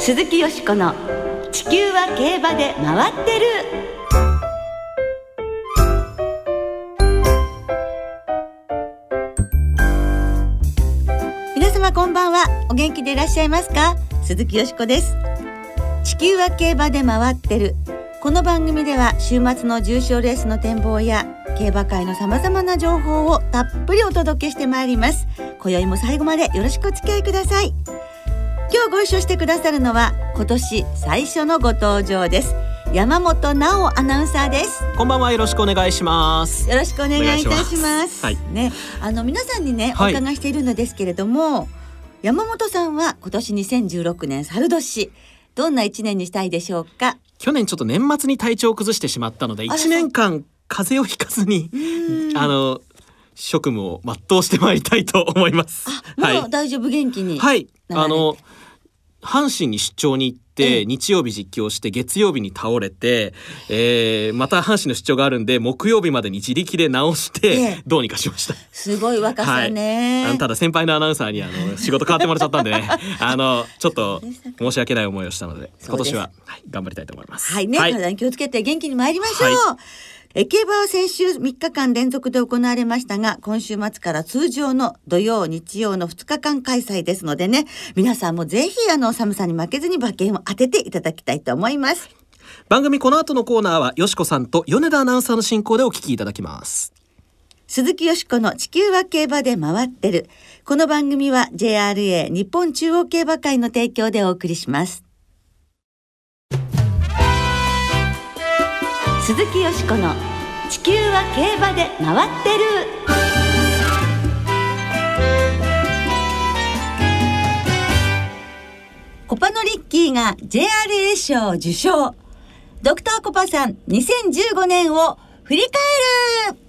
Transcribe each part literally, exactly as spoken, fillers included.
鈴木よしこの地球は競馬で回ってる。皆様こんばんは。お元気でいらっしゃいますか？鈴木よしこです。地球は競馬で回ってる。この番組では週末の重賞レースの展望や競馬界のさまざまな情報をたっぷりお届けしてまいります。今宵も最後までよろしくお付き合いください。今日ご一緒してくださるのは今年最初のご登場です。山本直アナウンサーです。 こんばんは。よろしくお願いします。 よろしくお願いいたします。 はい、 ね、あの皆さんにね、 はい、 お伺いしているのですけれども、山本さんは今年にせんじゅうろくねん猿年、どんないちねんにしたいでしょうか？ 去年ちょっと年末に体調を崩してしまったのでいちねんかん風邪をひかずにあの職務を全うしてまいりたいと思います。 あ、もう大丈夫、元気に。 はい、あの阪神に出張に行って日曜日実況して月曜日に倒れて、えー、また阪神の出張があるんで木曜日までに自力で治してどうにかしました。 すごい若さね、 はい、あのただ先輩のアナウンサーにあの仕事変わってもらっちゃったんでねあのちょっと申し訳ない思いをしたので今年は、はい、頑張りたいと思います。 はいね、はい、体に気をつけて元気に参りましょう。はい、え競馬は先週みっかかん連続で行われましたが、今週末から通常の土曜日曜のふつかかん開催ですのでね、皆さんもぜひあの寒さに負けずに馬券を当てていただきたいと思います。 番組この後のコーナーはよしこさんと米田アナウンサーの進行でお聞きいただきます。 鈴木よしこの地球は競馬で回ってる。この番組は ジェイアールエー 日本中央競馬会の提供でお送りします。鈴木よしこの地球は競馬で回ってる。コパノリッキーが ジェイアールエー 賞受賞。ドクターコパさんにせんじゅうごねんを振り返る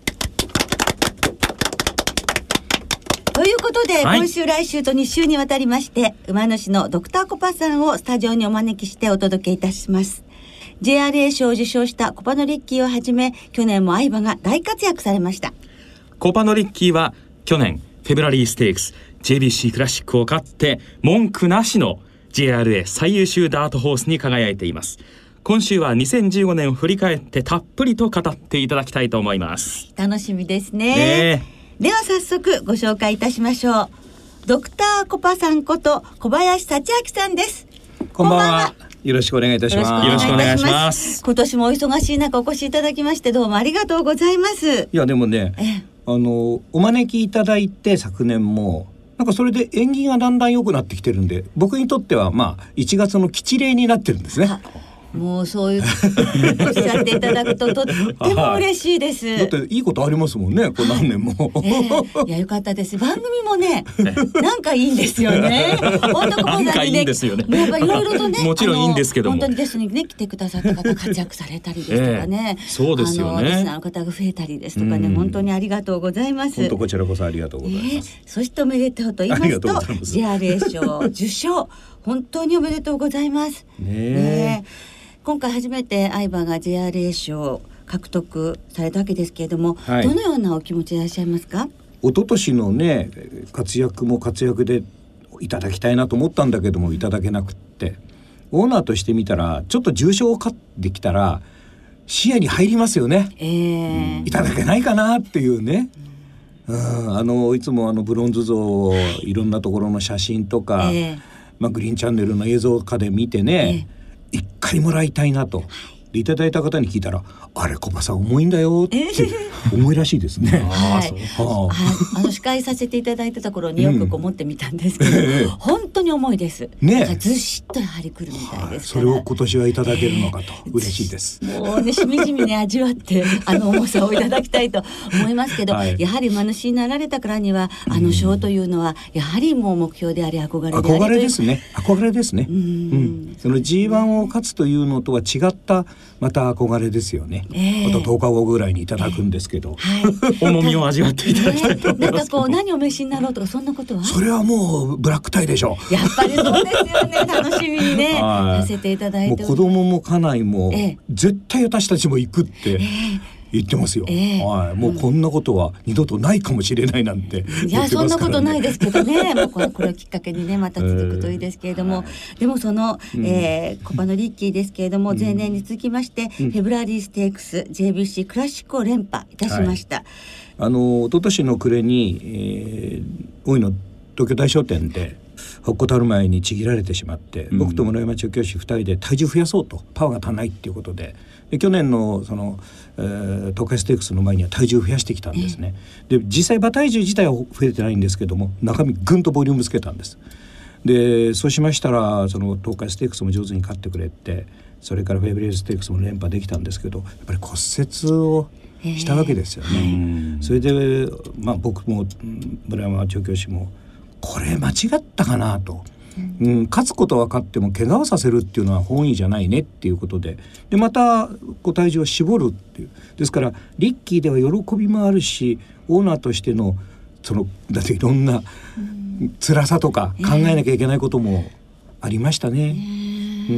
ということで、はい、今週来週とにしゅうにわたりまして馬主のドクターコパさんをスタジオにお招きしてお届けいたします。ジェイアールエー 賞を受賞したコパノリッキーをはじめ、去年も愛馬が大活躍されました。 コパノリッキーは去年フェブラリーステークス ジェイビーシー クラシックを勝って文句なしの ジェイアールエー 最優秀ダートホースに輝いています。今週はにせんじゅうごねんを振り返ってたっぷりと語っていただきたいと思います。 楽しみですね。ね、では早速ご紹介いたしましょう。ドクターコパさんこと小林幸明さんです。 こんばんは。よろしくお願いいたします。 よろしくお願いします。 今年もお忙しい中お越しいただきましてどうもありがとうございます。 いやでもね、あのお招きいただいて昨年もなんかそれで縁起がだんだん良くなってきてるんで、僕にとってはまあいちがつの吉例になってるんですね。 もうそういうおっしゃっていただくととっても嬉しいです。 だっていいことありますもんね、これ何年も、 えー、いやよかったです。番組もねなんかいいんですよね。本当なんかいいんですよね。 やっぱいろいろとねもちろんいいんですけども、 本当にゲストにね来てくださった方活躍されたりですとかね、 えー、そうですよね。 あのリスナーの方が増えたりですとかね、本当にありがとうございます。 本当こちらこそありがとうございます。えー、 そしておめでとうと言いますと ジェイアールエー 賞受賞本当におめでとうございます。 ねえね今回初めて愛馬が ジェイアールエー 賞を獲得されたわけですけれども、はい、どのようなお気持ちでいらっしゃいますか？ 一昨年のね活躍も活躍でいただきたいなと思ったんだけどもいただけなくって、オーナーとしてみたらちょっと重賞を勝ってきたら視野に入りますよね、えー、いただけないかなっていうね、うん、あのいつもあのブロンズ像をいろんなところの写真とか、えーまあ、グリーンチャンネルの映像化で見てね、えー一回もらいたいなと、でいただいた方に聞いたらあれコパさん重いんだよって重いらしいですね。 はい、ああの司会させていただいてた頃によくこう持ってみたんですけど、うん、本当に重いです、ね、なんかずしっとやはりくるみたいですから、 それを今年はいただけるのかと、えー、嬉しいです。 もうねしみじみに味わってあの重さをいただきたいと思いますけど、はい、やはり馬主になられたからにはあの賞というのはやはりもう目標であり憧れであり憧れですね憧れですね。うん、うん、その ジーワン を勝つというのとは違ったまた憧れですよね、えー、あととおかごぐらいにいただくんですけど、 えーはい、 重みを味わっていただきたいと思います、ね、 なんかこう何を召しになろうとかそんなことはそれはもうブラックタイでしょ。 やっぱりそうですよね楽しみにねさせていただいて、 もう子供も家内も、えー、絶対私たちも行くって、えー言ってますよ、 えーはい、もうこんなことは二度とないかもしれないなんて言ってますからね。 いやそんなことないですけどねもうこれこれをきっかけにねまた続くといいですけれども、えー、でもその、えー、コパのリッキーですけれども、うん、前年に続きまして、うん、フェブラリーステークス ジェイビーシー クラシックを連覇いたしました、はい、 あの一昨年の暮れに、えー、大井の東京大商店で矛る前にちぎられてしまって、うん、僕と村山調教師ふたりで体重増やそうとパワーが足らないっていうことで、で去年のその、えー、東海ステークスの前には体重を増やしてきたんですね、で実際馬体重自体は増えてないんですけども中身ぐんとボリュームつけたんです。でそうしましたらその東海ステークスも上手に勝ってくれて、それからフェブリーステークスも連覇できたんですけど、やっぱり骨折をしたわけですよね。それで、まあ、僕も村山調教師もこれ間違ったかなと、うん、勝つことは勝っても怪我をさせるっていうのは本意じゃないねっていうことで、でまたこう体重を絞るっていう、ですからリッキーでは喜びもあるし、オーナーとしてのそのだっていろんな辛さとか考えなきゃいけないこともありましたね、うん、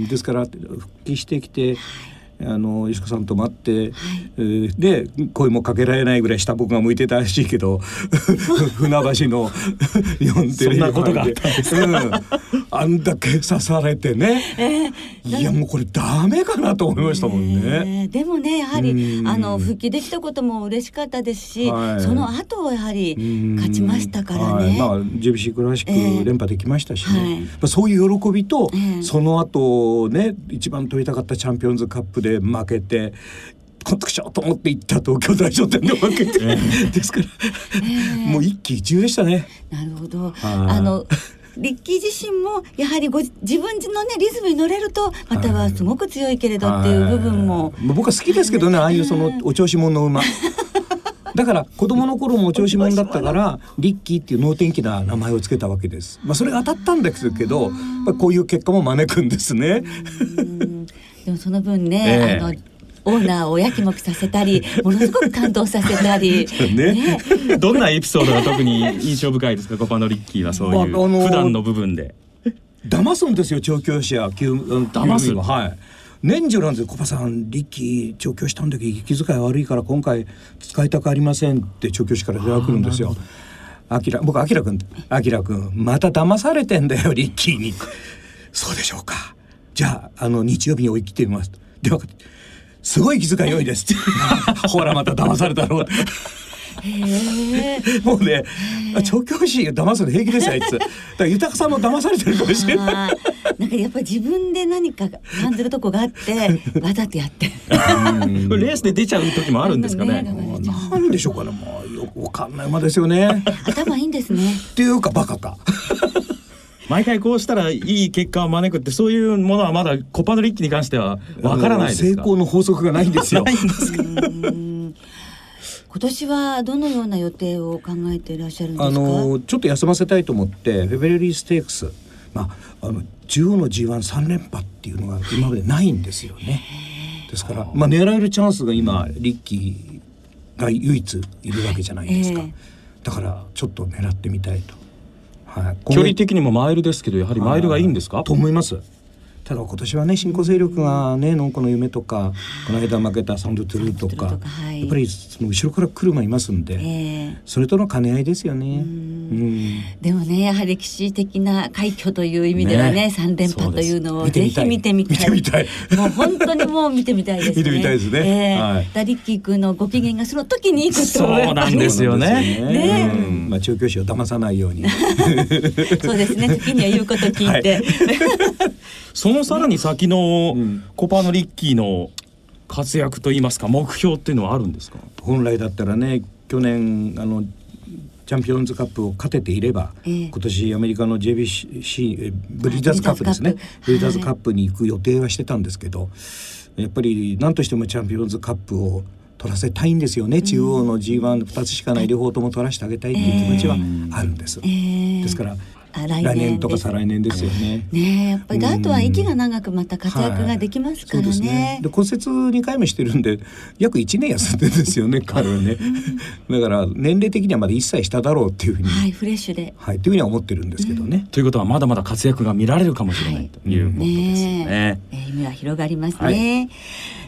ですから復帰してきてあの石子さんと待って、はい、えー、で声もかけられないぐらい下僕が向いてたらしいけど船橋の日本テレビそんなことがあったんです、うん、 あんだけ刺されてね、えー、いやもうこれダメかなと思いましたもんね、 えー、でもねやはりあの復帰できたことも嬉しかったですし、はい、その後はやはり勝ちましたからね、はい、 まあ、ジェイビーシー クラシック連覇できましたしね、えーはい、まあ、そういう喜びと、えー、その後ね一番取りたかったチャンピオンズカップで負けてコンタクションと思って行った東京大商店で負けてですから、えー、もう一喜一憂でしたね。 なるほど。あのリッキー自身もやはりご自分のねリズムに乗れるとまたはすごく強いけれどっていう部分も、 僕は好きですけどね、ああいうそのお調子者の馬だから子供の頃もお調子者だったからリッキーっていう能天気な名前をつけたわけです。まあ、それが当たったんですけど、まあ、こういう結果も招くんですね。 うんでもその分ね、えー、あのオーナーをやきもきさせたりものすごく感動させたり、 ねね、どんなエピソードが特に印象深いですかコパのリッキーは。そういう、まああのー、普段の部分で騙すんですよ調教師や騙す、 はい、年中なんですよ。コパさんリッキー調教したんだけど息遣い悪いから今回使いたくありませんって調教師から電話来るんですよ。あきら僕あきらくんあきらくんまた騙されてんだよリッキーにそうでしょうか、じゃああの日曜日に追い切ってみます。ではすごい気遣い良いですほらまた騙されたろうへもうね調教師が騙すの平気ですよあいつ。だから豊さんも騙されてるかもしれない。 なんかやっぱり自分で何か感じるとこがあってわざとやってレースで出ちゃう時もあるんですかね。 なんでしょうかね、もうよくわかんない馬ですよね頭いいんですねっていうかバカか毎回こうしたらいい結果を招くってそういうものはまだコパのリッキーに関してはわからないですか。 成功の法則がないんですよないんですか今年はどのような予定を考えていらっしゃるんですか。 あのちょっと休ませたいと思ってフェブラリーステークス、まあ、あの中央の ジーワンさん 連覇っていうのが今までないんですよね。ですから、まあ、狙えるチャンスが今リッキーが唯一いるわけじゃないですか、えー、だからちょっと狙ってみたいと、 はい、距離的にもマイルですけどやはりマイルがいいんですか。 と思います。ただ今年はね新興勢力がねノンコの夢とかこの間負けたサンドトゥルーとか、はい、やっぱりその後ろから車いますんで、えー、それとの兼ね合いですよね。うんうんでもねやはり歴史的な快挙という意味ではねねさん連覇というのをぜひ見てみたい。 見てみたいもう本当にもう見てみたいですね見てみたいですね、 えーはい、ダリッキー君のご機嫌がその時にいくとそうなんですよね。 ねうん、まあ、調教師を騙さないようにそうですね時には言うこと聞いて、はい、 そのさらに先のコパのリッキーの活躍といいますか目標っていうのはあるんですか。 本来だったらね去年あのチャンピオンズカップを勝てていれば、えー、今年アメリカの ジェイビーシー ブリーダーズカップですね、ブリーダーズカップに行く予定はしてたんですけど、はい、やっぱり何としてもチャンピオンズカップを取らせたいんですよね、うん、中央の ジーワンふたつしかない両方とも取らせてあげたいっていう気持ちはあるんです、えー、ですから来 年, 来年とか再来年ですよね。 ねえやっぱりあとは息が長くまた活躍ができますからね。はい、そうですね。 で骨折にかいめしてるんで約いちねん休んでるんですよね彼はね。だから年齢的にはまだいっさい下だろうっていうふうに、 はい、フレッシュで、 はい、というふうには思ってるんですけどね。 うん、ということはまだまだ活躍が見られるかもしれない、はい、ということですよね。 ねえー、夢は広がりますね。はい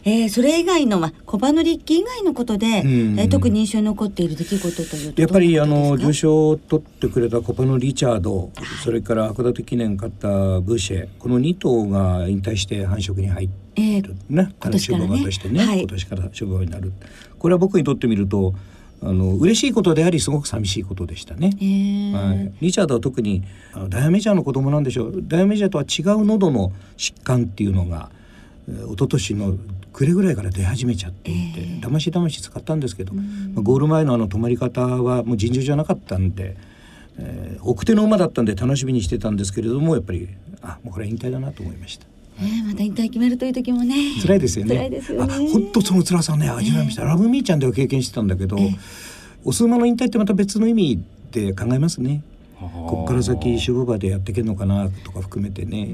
えー、それ以外の、まあ、コバノリッキ以外のことで、うん、えー、特に印象に残っている出来事というとやっぱりあの重賞を取ってくれたコバノ・リチャード、それから函館記念勝ったブーシェ、このに頭が引退して繁殖に入ってる、えー、ね、今年からね、としてね、はい、今年から処分になる。これは僕にとってみるとあの嬉しいことでありすごく寂しいことでしたね、えーはい、リチャードは特にあのダイヤメジャーの子供なんでしょう。ダイヤメジャーとは違う喉の疾患っていうのが一昨年の暮れぐらいから出始めちゃっていて、えー、だましだまし使ったんですけど、まあ、ゴール前のあの止まり方はもう尋常じゃなかったんで、えー、奥手の馬だったんで楽しみにしてたんですけれども、やっぱりあもうこれは引退だなと思いました。 えー、また引退決めるという時もね辛いですよね。 辛いですよね。 あ本当その辛さね味わいました、えー、ラブミーちゃんでは経験してたんだけど、えー、オス馬の引退ってまた別の意味で考えますね。こっから先種馬場でやっていけるのかなとか含めてね。うん、うん、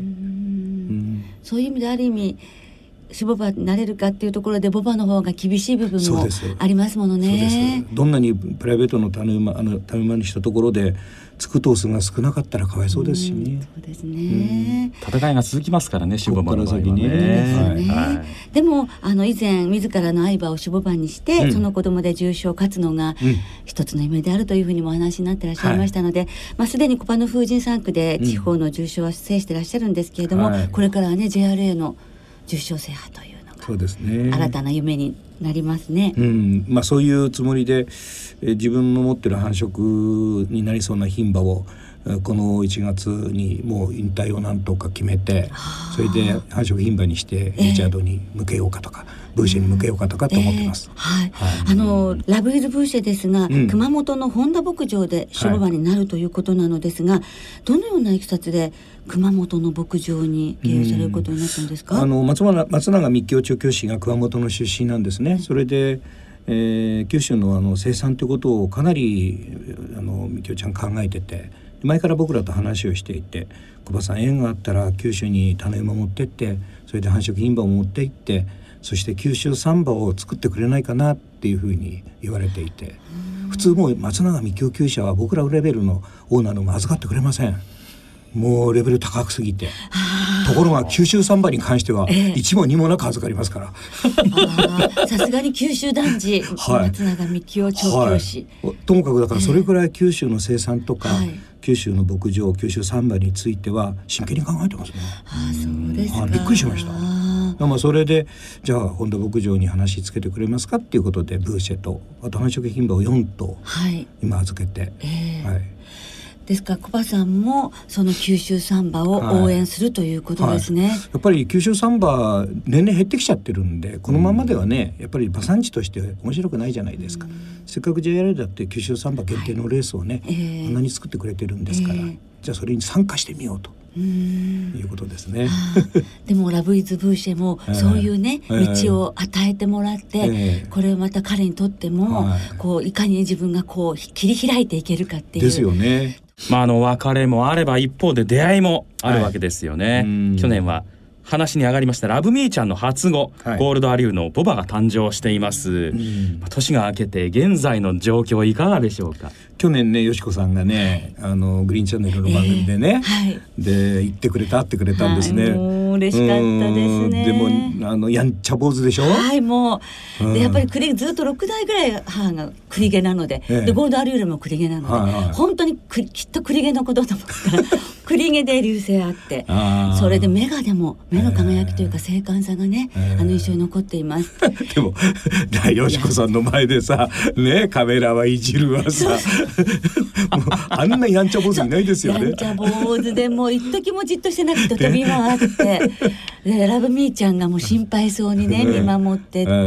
そういう意味である意味種馬場になれるかっていうところでボバの方が厳しい部分もありますものね。 そうです。どんなにプライベートの種馬あの種馬にしたところでつく頭数が少なかったらかわいそうですしね。 そうですね、 うん、戦いが続きますからね種馬場の場合はね。 ね、はいはい、でもあの以前自らの愛馬を種馬場にして、うん、その子供で重賞を勝つのが一つの夢であるというふうにもお話になってらっしゃいましたので、はい、まあ、すでにコパノ風神さん区で地方の重賞は制してらっしゃるんですけれども、うん、はい、これからはね ジェイアールエー の重賞制覇というのがそうですね、新たな夢になりますね。 うん、まあ、そういうつもりで、え自分の持ってる繁殖になりそうな牝馬をこのいちがつにもう引退をなんとか決めて、それで繁殖牝馬にしてリチャードに向けようかとか、えー、ブーシェに向けようかとかと思ってます、 えーはいはい、あのラブイズブーシェですが、うん、熊本の本田牧場で種馬になるということなのですが、はい、どのようないきさつで熊本の牧場に経営されることになったんですか。 うん、あの 松, 松永幹夫調教師が熊本の出身なんですね、はい、それでえー、九州 の, あの生産ということをかなりあのみきおちゃん考えてて、前から僕らと話をしていて、小葉さん縁があったら九州に種馬持ってって、それで繁殖牝馬を持って行って、そして九州産馬を作ってくれないかなっていうふうに言われていて、普通もう松永幹夫厩舎は僕らレベルのオーナーのも預かってくれません。もうレベル高くすぎて。ところが九州産馬に関してはいちもにもなく預かりますから、 さすがに九州男児、はい、松永幹夫調教師、 はい、ともかくだからそれくらい九州の生産とか、はい、九州の牧場、九州産馬については真剣に考えてますね。 あ、そうですか。 びっくりしました。まあ、それでじゃあ本田牧場に話つけてくれますかっていうことで、ブーシェとあと繁殖牝馬をよん頭、はい、今預けて、えーはい、 ですから小葉さんもその九州サンバを応援するということですね、はいはい、 やっぱり九州サンバ年々減ってきちゃってるんで、このままではねやっぱり馬産地として面白くないじゃないですか。せっかく ジェイアールエー だって九州サンバ限定のレースをね、はい、えー、あんなに作ってくれてるんですから、えー、じゃあそれに参加してみようということですね。 でもラブイズブーシェもそういうね、えー、道を与えてもらって、えー、これをまた彼にとっても、はい、こういかに自分がこう切り開いていけるかっていうですよね。 まあ、あの別れもあれば一方で出会いもあるわけですよね、はい、去年は話に上がりましたラブミーちゃんの初子、はい、ゴールドアリューのボバが誕生しています。年が明けて現在の状況いかがでしょうか。 去年ねよしこさんがね、はい、あのグリーンチャンネルの番組でね、えーはい、で言ってくれた会ってくれたんですね、はい、 もう嬉しかったですね。 でもあのやんちゃ坊主でしょ。 はいもう、うん、でやっぱりクリずっとろくだいぐらい母がクリゲなので、えー、でゴールドアリュールもクリゲなので、はいはい、本当にくきっとクリゲのことと思ったらクリゲで流星あってそれで目がでも目の輝きというか精悍さがね、えー、あの印象に残っています。 でもよしこさんの前でさねカメラはいじるわさもうあんなやんちゃ坊主いないですよね。 やんちゃ坊主でもう一時もじっとしてなくて飛び回ってでラブミーちゃんがもう心配そうにね見守ってっていう、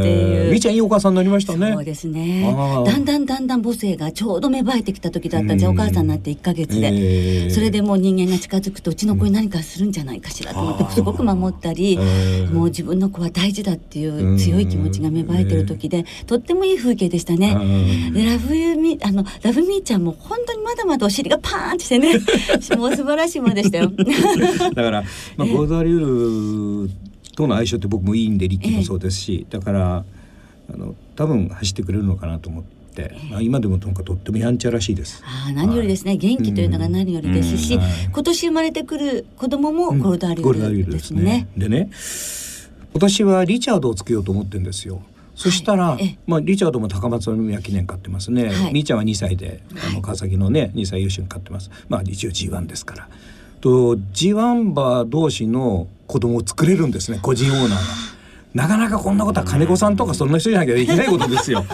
えー、みーちゃんいいお母さんになりましたね。 そうですね。だんだんだんだん母性がちょうど芽生えてきた時だったんじゃお母さんになっていっかげつで、えー、それでもう人間が近づくとうちの子に何かするんじゃないかしらと思ってすごく守ったり、えー、もう自分の子は大事だっていう強い気持ちが芽生えてる時で、えー、とってもいい風景でしたね。でラブミあのラブミーちゃんも本当にまだまだお尻がパーンってしてねもう素晴らしいものでしたよだから、まあ、ゴールドアリュールとの相性って僕もいいんでリッキーもそうですし、えー、だからあの多分走ってくれるのかなと思って、えーまあ、今でもともかくとってもやんちゃらしいです。 あ何よりですね、はい、元気というのが何よりですし、うんうんはい、今年生まれてくる子供もゴールドアリュールですね、うんうん、 ですね。でね今年はリチャードをつけようと思ってるんですよ。そしたら、はい、まあ、リチャードも高松宮記念勝ってますね、はい、みーちゃんはにさいであの川崎のねにさい優秀に勝ってます。まあ一応 ジーワン ですからと ジーワン 馬同士の子供を作れるんですね、個人オーナーが。なかなかこんなことは金子さんとかそんな人じゃなきゃできないことですよ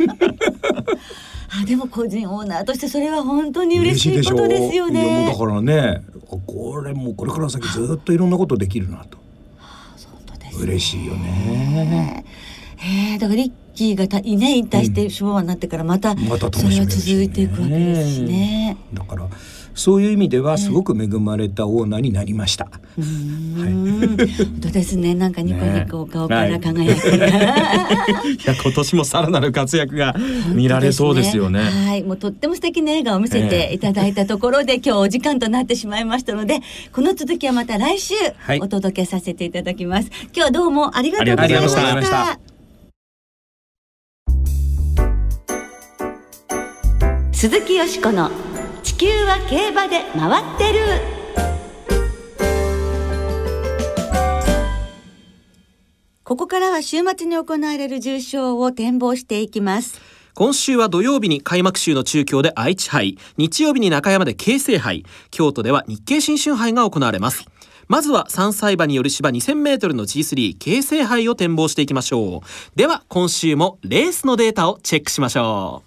あ、でも個人オーナーとしてそれは本当に嬉しいことですよね。 いやもうだからね、これもうこれから先ずっといろんなことできるなと、 はあ、本当ですね、 嬉しいよね。 へえ、だからリッキーがたいね引退して守護馬になってからまた、うん、またそれは続いていくわけですしね。 だからそういう意味ではすごく恵まれたオーナーになりました。 うーん、はい、本当ですね。なんかニコニコお顔から輝きが、ね、はい、 いや今年もさらなる活躍が見られそうですよね。 はい、もうとっても素敵な映画を見せていただいたところで、えー、今日お時間となってしまいましたので、この続きはまた来週お届けさせていただきます。はい、今日はどうもありがとうございました。鈴木よしこの地球は競馬で回ってる。ここからは週末に行われる重賞を展望していきます。 今週は土曜日に開幕週の中京で愛知杯、日曜日に中山で京成杯、京都では日経新春杯が行われます。まずはさんさい馬による芝 にせんメートル の ジースリー 京成杯を展望していきましょう。では今週もレースのデータをチェックしましょう。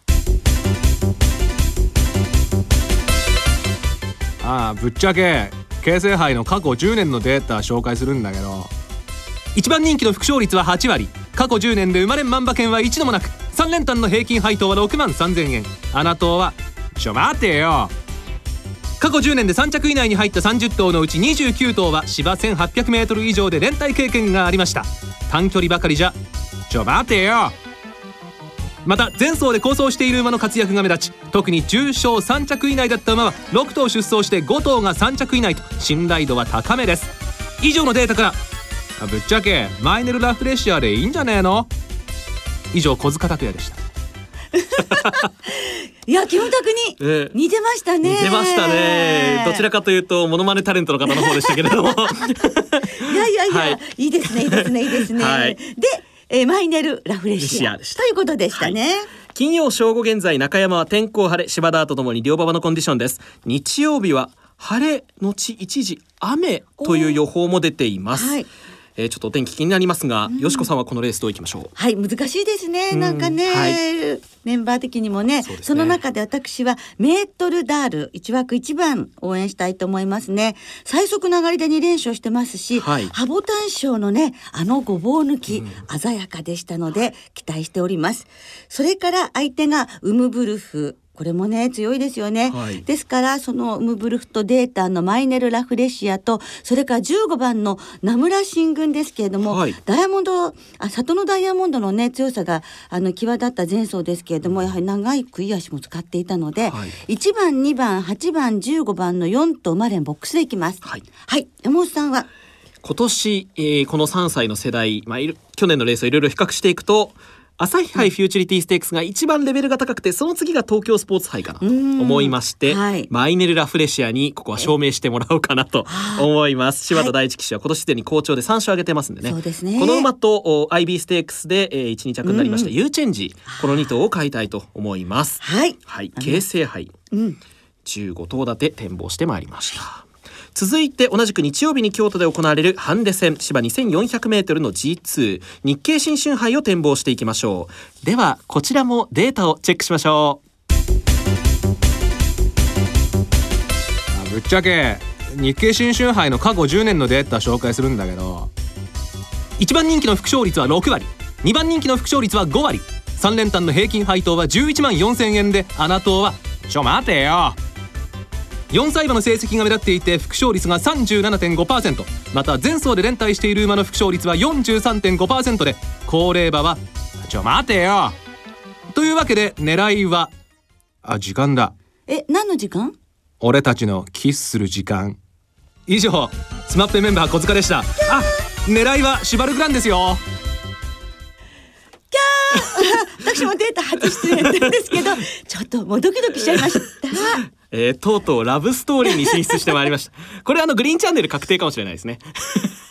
ああ、ぶっちゃけ京成杯の過去じゅうねんのデータ紹介するんだけど、 いちばん人気の副勝率ははちわり、過去じゅうねんで生まれん万馬券は一度もなく、さん連単の平均配当はろくまんさんぜんえん。穴党はちょ待てよ、過去じゅうねんでさん着以内に入ったさんじゅっ頭のうちにじゅうきゅう頭は芝 せんはっぴゃくメートル 以上で連帯経験がありました。短距離ばかりじゃちょ待てよ。また前走で好走している馬の活躍が目立ち、特に重賞さん着以内だった馬はろく頭出走してご頭がさん着以内と信頼度は高めです。以上のデータから、 あぶっちゃけマイネルラフレシアでいいんじゃねえの。 以上小塚拓也でしたいやキムタクに似てましたね、 えー、似てましたね。どちらかというとモノマネタレントの方の方でしたけれどもいやいやいや、はい、いいですねいいですねいいですね、はい、でえー、マイネルラフレシアということでしたね。はい、 金曜正午現在、中山は天候晴れ、芝ダートともに両馬場のコンディションです。日曜日は晴れのち一時雨という予報も出ています。はい、えー、ちょっとお天気気になりますが、うん、よしこさんはこのレースどういきましょう。 はい、難しいですね、うん、なんかね、はい、メンバー的にも ね, そ, ねその中で私はメートルダールいち枠いちばん応援したいと思いますね。最速流れでに連勝してますし、はい、ハボタン賞のねあのごぼう抜き、うん、鮮やかでしたので期待しております。それから相手がウムブルフ、これもね強いですよね。はい、ですからそのムブルフとデータのマイネルラフレシアと、それからじゅうごばんの名村進軍ですけれども、はい、ダイヤモンドあ里のダイヤモンドのね強さがあの際立った前走ですけれども、やはり長い食い足も使っていたので、はい、いちばんにばんはちばんじゅうごばんのよんと馬連ボックスでいきます。はい、はい、山本さんは今年、えー、このさんさいの世代、まあ、去年のレースをいろいろ比較していくと、朝日杯フューチュリティステークスが一番レベルが高くて、その次が東京スポーツ杯かなと思いまして、はい、マイネルラフレシアにここは証明してもらおうかなと思います。柴田大地騎手は今年すでに好調でさん勝上げてますんでね。そうですね、この馬と アイビー ステークスで、えー、いち、に着になりました、うん、ユーチェンジ、このに頭を買いたいと思います。はい、はい、京成杯、うん、じゅうご頭立て展望してまいりました。続いて同じく日曜日に京都で行われるハンデ戦芝 にせんよんひゃくメートル の ジーツー 日経新春杯を展望していきましょう。ではこちらもデータをチェックしましょう。ぶっちゃけ日経新春杯の過去じゅうねんのデータ紹介するんだけど、 いちばん人気の副勝率はろくわり、にばん人気の副勝率はごわり、さん連単の平均配当はじゅういちまんよんせんえんで、穴党はちょ待てよ。 よんさい馬の成績が目立っていて副勝率が さんじゅうななてんごパーセント、 また前走で連帯している馬の副勝率は よんじゅうさんてんごパーセント で、高齢馬はちょ待てよ。 というわけで狙いは、 あ時間だ。 え何の時間？ 俺たちのキスする時間。 以上スマップメンバー小塚でした。あ狙いはシュバルグランですよ。 キャー私もデータ初出演なんですけどちょっともうドキドキしちゃいましたえー、とうとうラブストーリーに進出してまいりましたこれあのグリーンチャンネル確定かもしれないですね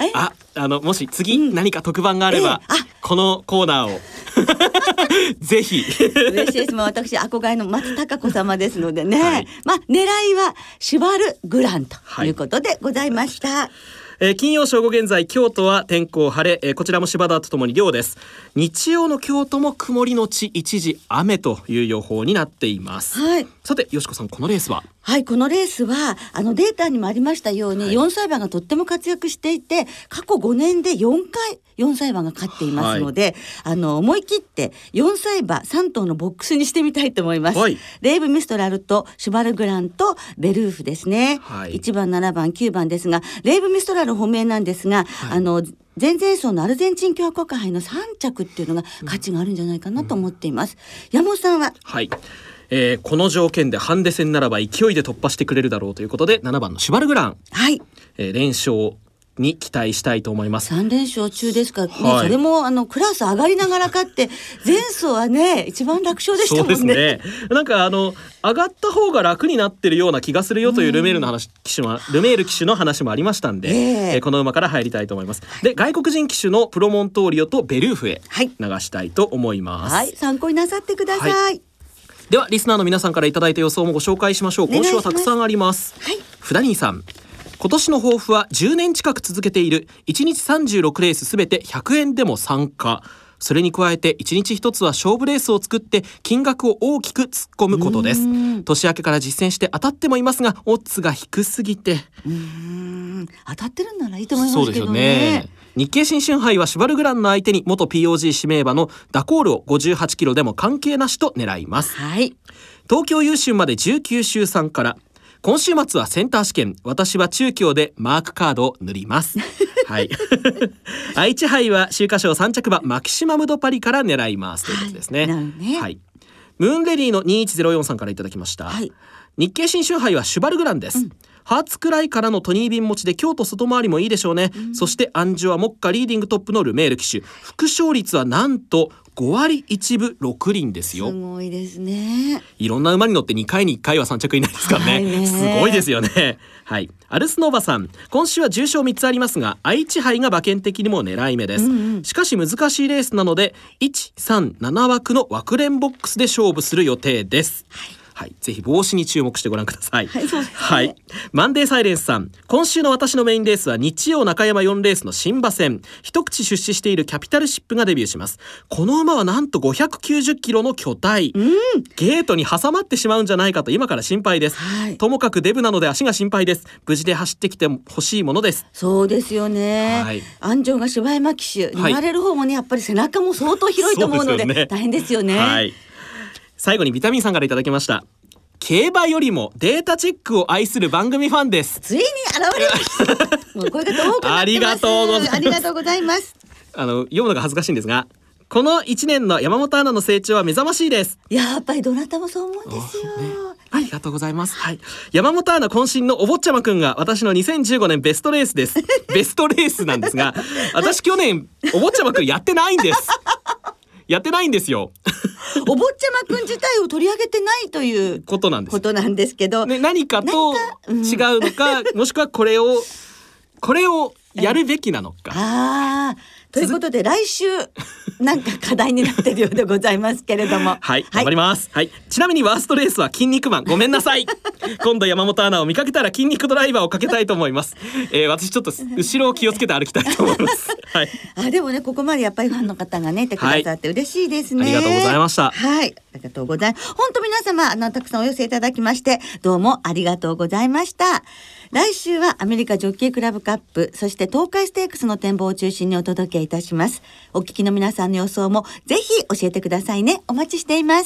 あ、あのもし次何か特番があれば、 ええ、あこのコーナーをぜひ嬉しいです。もう私憧れの松たか子様ですのでね、はい、まあ狙いはシュバルグランということでございました、はい。 えー、金曜正午現在京都は天候晴れ、えー、こちらも柴田とともに涼です。日曜の京都も曇りのち一時雨という予報になっています、はい。さてよしこさん、このレースは？ はい、このレースはあのデータにもありましたように、はい、よんさい馬がとっても活躍していて、過去ごねんでよんかいよんさい馬が勝っていますので、はい、あの思い切ってよんさい馬さん頭のボックスにしてみたいと思います、はい。レイブミストラルとシュバルグランとベルーフですね、はい、いちばんななばんきゅうばんですが、レイブミストラル本命なんですが、はい、あの前々走のアルゼンチン共和国杯のさん着っていうのが価値があるんじゃないかなと思っています、うん、山本さんは？ はい、えー、この条件でハンデ戦ならば勢いで突破してくれるだろうということでななばんのシュバルグラン、はい、えー、連勝に期待したいと思います。 さん連勝中ですからね、はい、それもあのクラス上がりながら勝って前走はね一番楽勝でしたもんね。 そうですね。なんかあの上がった方が楽になってるような気がするよというルメールの話、騎手もルメール騎手の話もありましたんで、えーえー、この馬から入りたいと思います、はい。で外国人騎手のプロモントーリオとベルーフへ流したいと思います、 はいはい、参考になさってください、はい。 ではリスナーの皆さんからいただいた予想もご紹介しましょう。今週はたくさんあります。はい、フダニーさん、今年の抱負はじゅうねん近く続けているいちにちさんじゅうろくレースすべてひゃくえんでも参加、それに加えていちにちひとつは勝負レースを作って金額を大きく突っ込むことです。年明けから実践して当たってもいますがオッズが低すぎて、 うーん当たってるんならいいと思いますけどね。そうですよね。 日経新春杯はシュバルグランの相手に元 ピーオージー 指名馬のダコールをごじゅうはちキロでも関係なしと狙います、はい。東京優秀までじゅうきゅう週さんから今週末はセンター試験、私は中京でマークカードを塗りますはい、愛知杯は秋華賞さん着馬マキシマムドパリから狙いますということですね、はいね、はい。ムーンレディのにいちゼロよんさんからいただきました、はい。日経新春杯はシュバルグランです、うん。ハーツくらいからのトニー便持ちで京都外回りもいいでしょうね、うん、そしてアンジュは目下リーディングトップのルメール騎手、副勝率はなんとごわりいちぶろくりんですよ。 すごいですね。 いろんな馬に乗ってにかいにいっかいはさん着以内ですから ね,、はい、ねすごいですよねはい。アルスノーバさん、今週は重賞みっつありますが愛知杯が馬券的にも狙い目です、うんうん、しかし難しいレースなのでいち、さん、なな枠の枠連ボックスで勝負する予定です、はいはい、ぜひ帽子に注目してご覧ください、はいそうですねはい、マンデーサイレンスさん、今週の私のメインレースは日曜中山よんレースの新馬戦、一口出資しているキャピタルシップがデビューします。この馬はなんとごひゃくきゅうじゅっキロの巨体、うん、ゲートに挟まってしまうんじゃないかと今から心配です、はい、ともかくデブなので足が心配です。無事で走ってきてほしいものです。 そうですよね、はい、安城が柴山騎手、生まれる方もねやっぱり背中も相当広いと思うので、ね、大変ですよね、はい。 最後にビタミンさんからいただきました。競馬よりもデータチェックを愛する番組ファンです。 ついに現れましたもう声が遠くなってます。 ありがとうございます。 ありがとうございます。 あの読むのが恥ずかしいんですが、このいちねんの山本アナの成長は目覚ましいです。 やっぱりどなたもそう思うんですよ、ね、 ありがとうございます、はい。山本アナ渾身のお坊ちゃまくんが私のにせんじゅうごねんベストレースですベストレースなんですが私去年お坊ちゃまくんやってないんですやってないんですよお坊ちゃまくん自体を取り上げてないということなんですことなんですけど、 ね、何かと違うのか、うん、もしくはこれをこれをやるべきなのか、 あということで来週なんか課題になっているようでございますけれどもはい、頑張ります、はい。ちなみにワーストレースは筋肉マン、ごめんなさい今度山本アナを見かけたら筋肉ドライバーをかけたいと思います、えー、私ちょっと後ろを気をつけて歩きたいと思いますはい、 あでもねここまでやっぱりファンの方がねいてくださって嬉しいですね、はい、 ありがとうございました。 はい、ありがとうございます。本当皆様あのたくさんお寄せいただきましてどうもありがとうございました。来週はアメリカジョッキークラブカップ、そして東海ステークスの展望を中心にお届けいたします。お聞きの皆さんの予想もぜひ教えてくださいね。お待ちしています。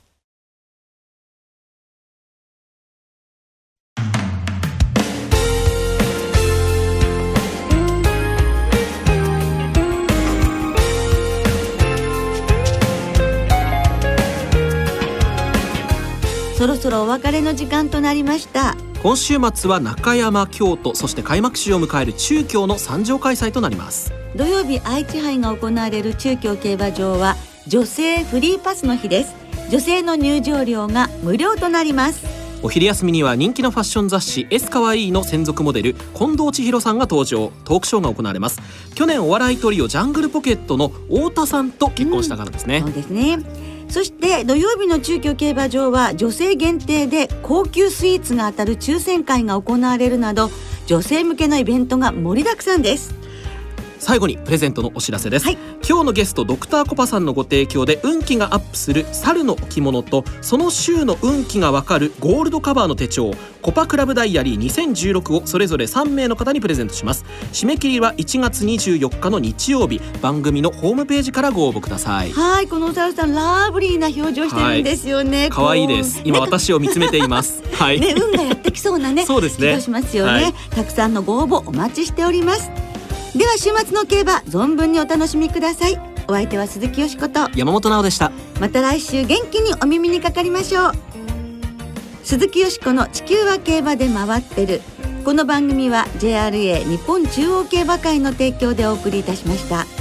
そろそろお別れの時間となりました。 今週末は中山、京都、そして開幕週を迎える中京のさん場開催となります。 土曜日愛知杯が行われる中京競馬場は女性フリーパスの日です。女性の入場料が無料となります。 お昼休みには人気のファッション雑誌エスかわいいの専属モデル近藤千尋さんが登場。トークショーが行われます。去年お笑いトリオジャングルポケットの太田さんと結婚したからですね、 うん、そうですね。そして土曜日の中京競馬場は女性限定で高級スイーツが当たる抽選会が行われるなど女性向けのイベントが盛りだくさんです。 最後にプレゼントのお知らせです、 はい、 今日のゲストドクターコパさんのご提供で運気がアップする猿の置物とその週の運気がわかるゴールドカバーの手帳コパクラブダイアリーにせんじゅうろくをそれぞれさんめいの方にプレゼントします。締め切りはいちがつにじゅうよっかの日曜日、番組のホームページからご応募ください。 はい、このお猿さんラブリーな表情してるんですよね。 可愛いです今私を見つめていますはい、 ね、運がやってきそうなねそうですね気がしますよね、 はい、 たくさんのご応募お待ちしております。では週末の競馬存分にお楽しみください。お相手は鈴木よしこと山本直でした。 また来週元気にお耳にかかりましょう。鈴木よしこの地球は競馬で回ってる。この番組は ジェイアールエー 日本中央競馬会の提供でお送りいたしました。